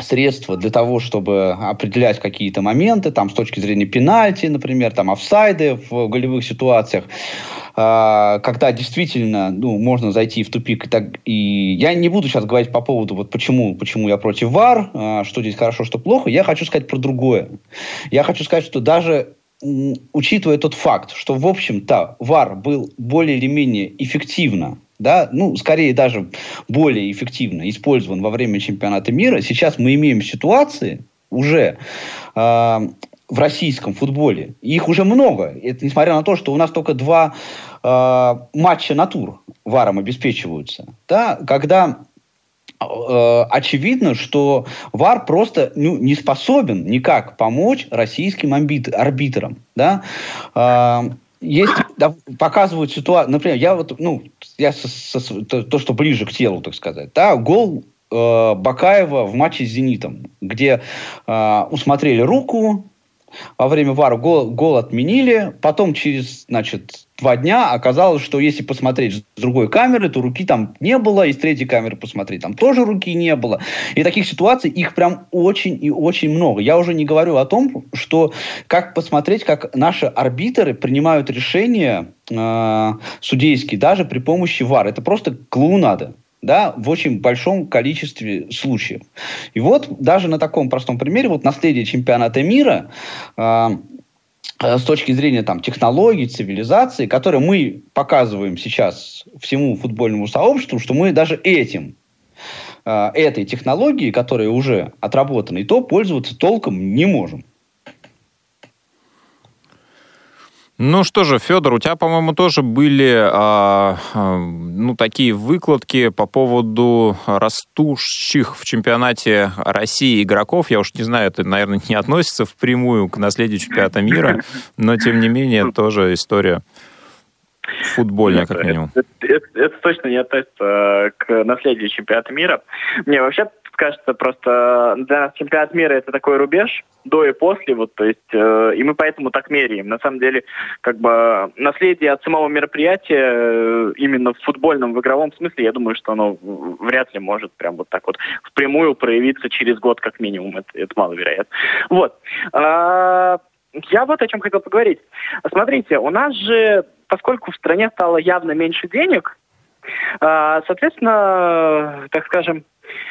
средства для того, чтобы определять какие-то моменты, там, с точки зрения пенальти, например, там, офсайды в голевых ситуациях, когда действительно, ну, можно зайти в тупик. И, так, и я не буду сейчас говорить по поводу, вот почему, почему я против ВАР, что здесь хорошо, что плохо. Я хочу сказать про другое. Я хочу сказать, что даже учитывая тот факт, что, в общем-то, ВАР был более или менее эффективно, да, ну, скорее даже более эффективно использован во время чемпионата мира, сейчас мы имеем ситуации уже э, в российском футболе. Их уже много. Это несмотря на то, что у нас только два э, матча на тур ВАРом обеспечиваются. Да, когда э, очевидно, что ВАР просто ну, не способен никак помочь российским амбит- арбитрам. Да? Э, Есть, да, показывают ситуацию, например, я вот, ну, я со, со, то, то, что ближе к телу, так сказать, да, гол э, Бакаева в матче с «Зенитом», где э, усмотрели руку, во время ВАРа гол, гол отменили, потом через, значит, два дня оказалось, что если посмотреть с другой камеры, то руки там не было, и с третьей камеры посмотреть, там тоже руки не было. И таких ситуаций, их прям очень и очень много. Я уже не говорю о том, что как посмотреть, как наши арбитры принимают решения э, судейские даже при помощи ВАР. Это просто клоунада. Да, в очень большом количестве случаев. И вот даже на таком простом примере, вот наследие чемпионата мира э, э, с точки зрения там, технологий, цивилизации, которые мы показываем сейчас всему футбольному сообществу, что мы даже этим, э, этой технологией, которая уже отработана, и то пользоваться толком не можем. Ну что же, Федор, у тебя, по-моему, тоже были а, а, ну, такие выкладки по поводу растущих в чемпионате России игроков. Я уж не знаю, это, наверное, не относится впрямую к наследию чемпионата мира, но, тем не менее, тоже история футбольная, как минимум. Это, это, это точно не относится к наследию чемпионата мира. Мне вообще кажется, просто для нас чемпионат мира это такой рубеж до и после, вот, то есть, э, и мы поэтому так меряем. На самом деле, как бы наследие от самого мероприятия э, именно в футбольном, в игровом смысле, я думаю, что оно вряд ли может прям вот так вот впрямую проявиться через год как минимум. Это, это маловероятно. Вот. А, я вот о чем хотел поговорить. Смотрите, у нас же, поскольку в стране стало явно меньше денег, а, соответственно, так скажем,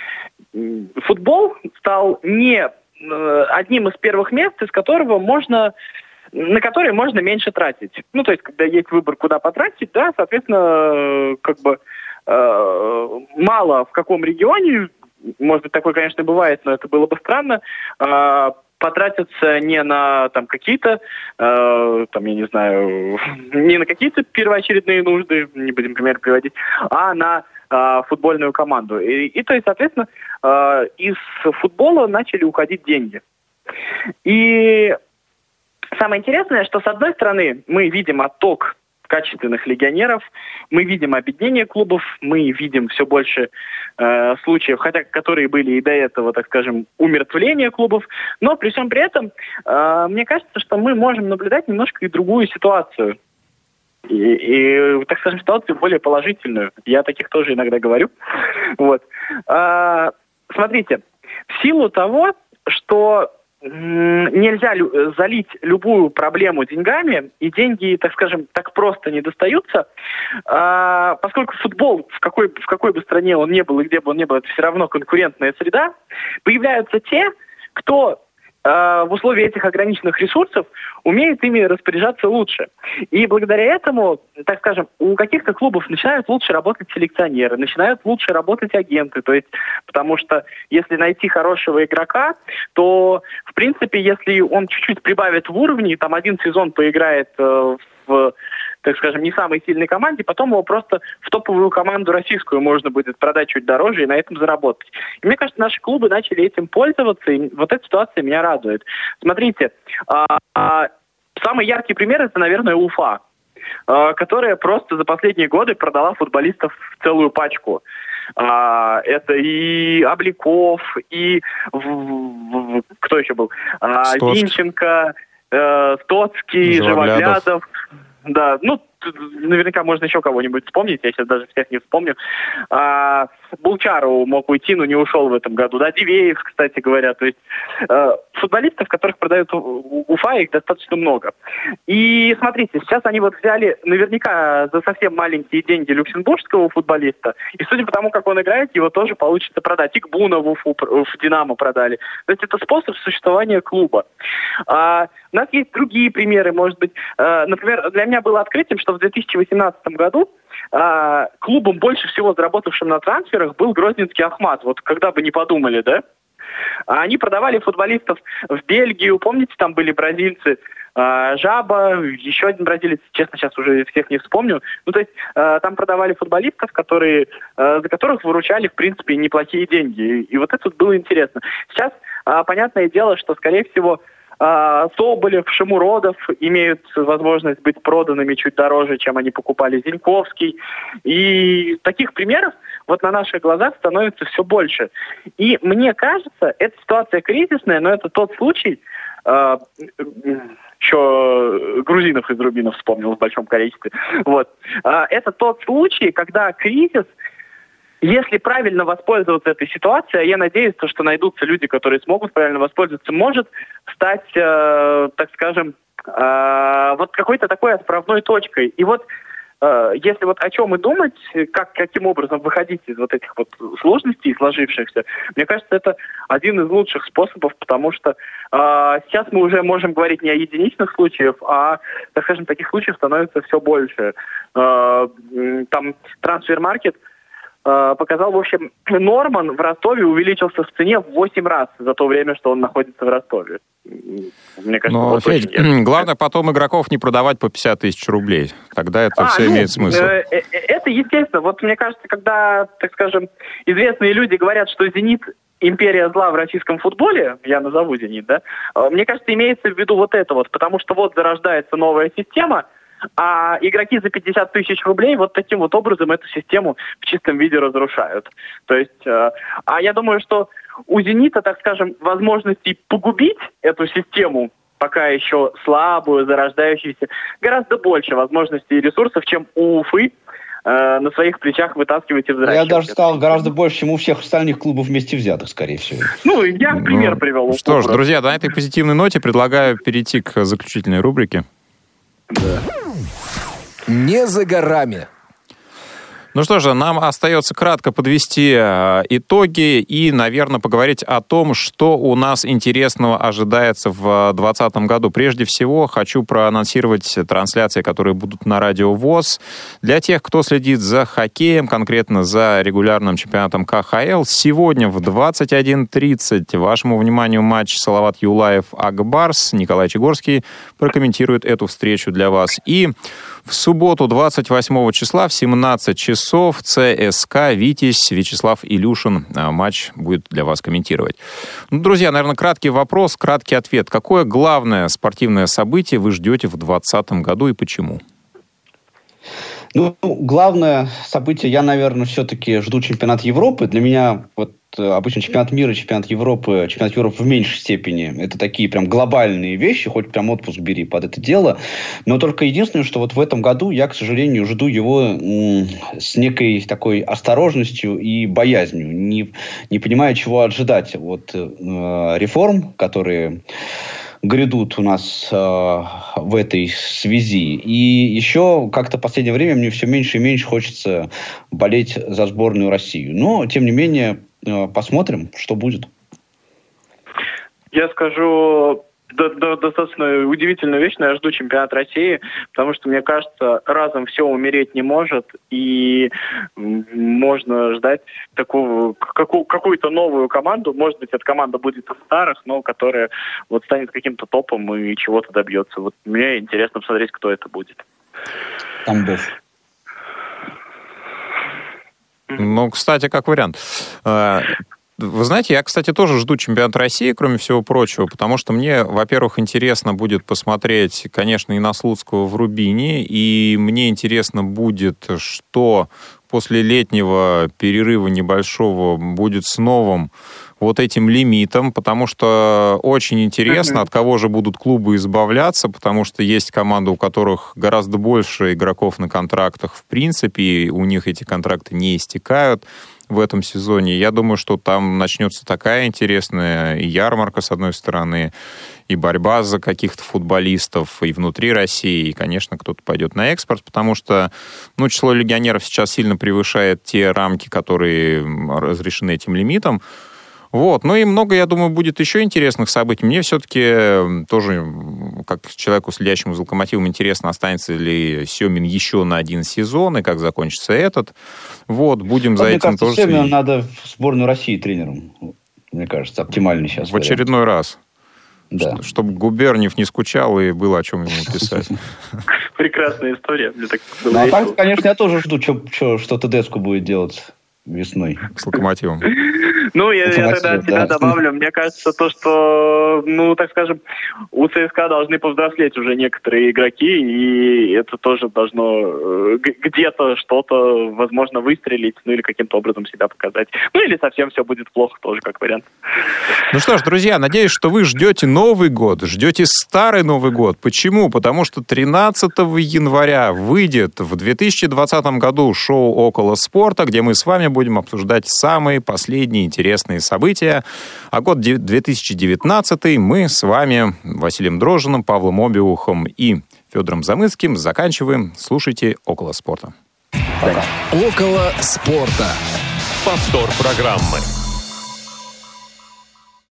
футбол стал не э, одним из первых мест, из которого можно, на которые можно меньше тратить. Ну, то есть, когда есть выбор, куда потратить, да, соответственно, э, как бы э, мало в каком регионе, может быть, такое, конечно, бывает, но это было бы странно, э, потратиться не на там какие-то, э, там, я не знаю, не на какие-то первоочередные нужды, не будем пример приводить, а на э, футбольную команду. И, и то есть, соответственно, э, из футбола начали уходить деньги. И самое интересное, что с одной стороны мы видим отток качественных легионеров, мы видим объединение клубов, мы видим все больше э, случаев, хотя которые были и до этого, так скажем, умертвления клубов, но при всем при этом э, мне кажется, что мы можем наблюдать немножко и другую ситуацию. И, и, так скажем, ситуацию более положительную. Я таких тоже иногда говорю. Вот. А, смотрите, в силу того, что нельзя лю- залить любую проблему деньгами, и деньги, так скажем, так просто не достаются, а, поскольку футбол, в какой, в какой бы стране он ни был и где бы он ни был, это все равно конкурентная среда, появляются те, кто а, в условиях этих ограниченных ресурсов умеет ими распоряжаться лучше. И благодаря этому, так скажем, у каких-то клубов начинают лучше работать селекционеры, начинают лучше работать агенты. То есть, потому что если найти хорошего игрока, то, в принципе, если он чуть-чуть прибавит в уровне, там один сезон поиграет э, в, так скажем, не самой сильной команде, потом его просто в топовую команду российскую можно будет продать чуть дороже и на этом заработать. И мне кажется, наши клубы начали этим пользоваться, и вот эта ситуация меня радует. Смотрите, а, а, самый яркий пример — это, наверное, Уфа, а, которая просто за последние годы продала футболистов в целую пачку. А, это и Обликов, и в, в, в, кто еще был? А, Зинченко, э, Стоцкий, Живоглядов. Да, ну, наверняка можно еще кого-нибудь вспомнить, я сейчас даже всех не вспомню. А, Булчару мог уйти, но не ушел в этом году. Да, Дивеев, кстати говоря. То есть э, футболистов, которых продают Уфа, их достаточно много. И смотрите, сейчас они вот взяли наверняка за совсем маленькие деньги люксембургского футболиста, и судя по тому, как он играет, его тоже получится продать. Игбуна в Уфу, в Динамо продали. То есть это способ существования клуба. А, у нас есть другие примеры, может быть. А, например, для меня было открытием, что в две тысячи восемнадцатом году а, клубом, больше всего заработавшим на трансферах, был Грозненский Ахмат. Вот когда бы не подумали, да? А они продавали футболистов в Бельгию. Помните, там были бразильцы, а, Жаба, еще один бразилец, честно, сейчас уже всех не вспомню. Ну, то есть а, там продавали футболистов, которые, а, за которых выручали, в принципе, неплохие деньги. И, и вот это вот было интересно. Сейчас, а, понятное дело, что, скорее всего, Соболев, Шамуродов имеют возможность быть проданными чуть дороже, чем они покупали. Зиньковский. И таких примеров вот на наших глазах становится все больше. И мне кажется, эта ситуация кризисная, но это тот случай, э, еще грузинов из Рубинов вспомнил в большом количестве. Вот. Э, это тот случай, когда кризис, если правильно воспользоваться этой ситуацией, я надеюсь, что найдутся люди, которые смогут правильно воспользоваться, может стать, э, так скажем, э, вот какой-то такой отправной точкой. И вот э, если вот о чем и думать, как, каким образом выходить из вот этих вот сложностей сложившихся, мне кажется, это один из лучших способов, потому что э, сейчас мы уже можем говорить не о единичных случаях, а, так скажем, таких случаев становится все больше. Э, там трансфер-маркет показал, в общем, Норман в Ростове увеличился в цене в восемь раз за то время, что он находится в Ростове. Мне кажется, но, вот Федь, очень... главное потом игроков не продавать по пятьдесят тысяч рублей. Тогда это а, все ну, имеет смысл. Э, э, это естественно. Вот мне кажется, когда, так скажем, известные люди говорят, что «Зенит» империя зла в российском футболе, я назову «Зенит», да, мне кажется, имеется в виду вот это вот, потому что вот зарождается новая система, а игроки за пятьдесят тысяч рублей вот таким вот образом эту систему в чистом виде разрушают. То есть, э, а я думаю, что у «Зенита», так скажем, возможностей погубить эту систему, пока еще слабую, зарождающуюся, гораздо больше возможностей и ресурсов, чем у Уфы э, на своих плечах вытаскивать и взращивать. Я даже стал гораздо больше, чем у всех остальных клубов вместе взятых, скорее всего. Ну, я в пример ну, привел. Что ж, друзья, на этой позитивной ноте предлагаю перейти к заключительной рубрике. Да. Не за горами. Ну что же, нам остается кратко подвести э, итоги и, наверное, поговорить о том, что у нас интересного ожидается в двадцатом году. Прежде всего, хочу проанонсировать трансляции, которые будут на Радио ВОС. Для тех, кто следит за хоккеем, конкретно за регулярным чемпионатом ка ха эл, сегодня в двадцать один тридцать вашему вниманию матч Салават Юлаев-Ак-Барс. Николай Чегорский прокомментирует эту встречу для вас. И в субботу, двадцать восьмого числа, в семнадцать часов, ЦСКА «Витязь», Вячеслав Илюшин матч будет для вас комментировать. Ну, друзья, наверное, краткий вопрос, краткий ответ. Какое главное спортивное событие вы ждете в двадцатом году и почему? Ну, главное событие, я, наверное, все-таки жду чемпионат Европы. Для меня вот обычно чемпионат мира, чемпионат Европы, чемпионат Европы в меньшей степени. Это такие прям глобальные вещи, хоть прям отпуск бери под это дело. Но только единственное, что вот в этом году я, к сожалению, жду его м- с некой такой осторожностью и боязнью. Не, не понимая, чего ожидать. Вот э, реформ, которые грядут у нас э, в этой связи. И еще как-то в последнее время мне все меньше и меньше хочется болеть за сборную Россию. Но, тем не менее, э, посмотрим, что будет. Я скажу до, до, достаточно удивительную вещь, но я жду чемпионат России, потому что, мне кажется, разом все умереть не может, и можно ждать такую, какую, какую-то новую команду. Может быть, эта команда будет из старых, но которая вот станет каким-то топом и чего-то добьется. Вот мне интересно посмотреть, кто это будет. Тамбов. Ну, кстати, как вариант. Вы знаете, я, кстати, тоже жду чемпионат России, кроме всего прочего, потому что мне, во-первых, интересно будет посмотреть, конечно, и на Слуцкого в Рубине, и мне интересно будет, что после летнего перерыва небольшого будет с новым вот этим лимитом, потому что очень интересно, mm-hmm. от кого же будут клубы избавляться, потому что есть команды, у которых гораздо больше игроков на контрактах в принципе, и у них эти контракты не истекают в этом сезоне. Я думаю, что там начнется такая интересная и ярмарка, с одной стороны, и борьба за каких-то футболистов и внутри России, и, конечно, кто-то пойдет на экспорт, потому что ну, число легионеров сейчас сильно превышает те рамки, которые разрешены этим лимитом. Вот. Ну и много, я думаю, будет еще интересных событий. Мне все-таки тоже, как человеку, следящему за «Локомотивом», интересно, останется ли Семин еще на один сезон, и как закончится этот. Вот, будем за мне этим кажется, тоже Семину следить. надо в сборную России тренером. Мне кажется, оптимальный сейчас В вариант. очередной раз. Да. Чтобы Губерниев не скучал и было о чем ему писать. Прекрасная история. Ну, а так, конечно, я тоже жду, что Тедеско будет делать весной. С «Локомотивом». Ну, я, я тогда от себя да. добавлю. Мне кажется, то, что, ну, так скажем, у ЦСКА должны повзрослеть уже некоторые игроки, и это тоже должно где-то что-то, возможно, выстрелить, ну, или каким-то образом себя показать. Ну, или совсем все будет плохо, тоже как вариант. Ну что ж, друзья, надеюсь, что вы ждете Новый год, ждете старый Новый год. Почему? Потому что тринадцатого января выйдет в две тысячи двадцатом году шоу «Около спорта», где мы с вами будем обсуждать самые последние интересные события. А год две тысячи девятнадцатый мы с вами, Василием Дрожжиным, Павлом Обиухом и Федором Замыцким, заканчиваем. Слушайте «Около спорта». Около спорта. Повтор программы.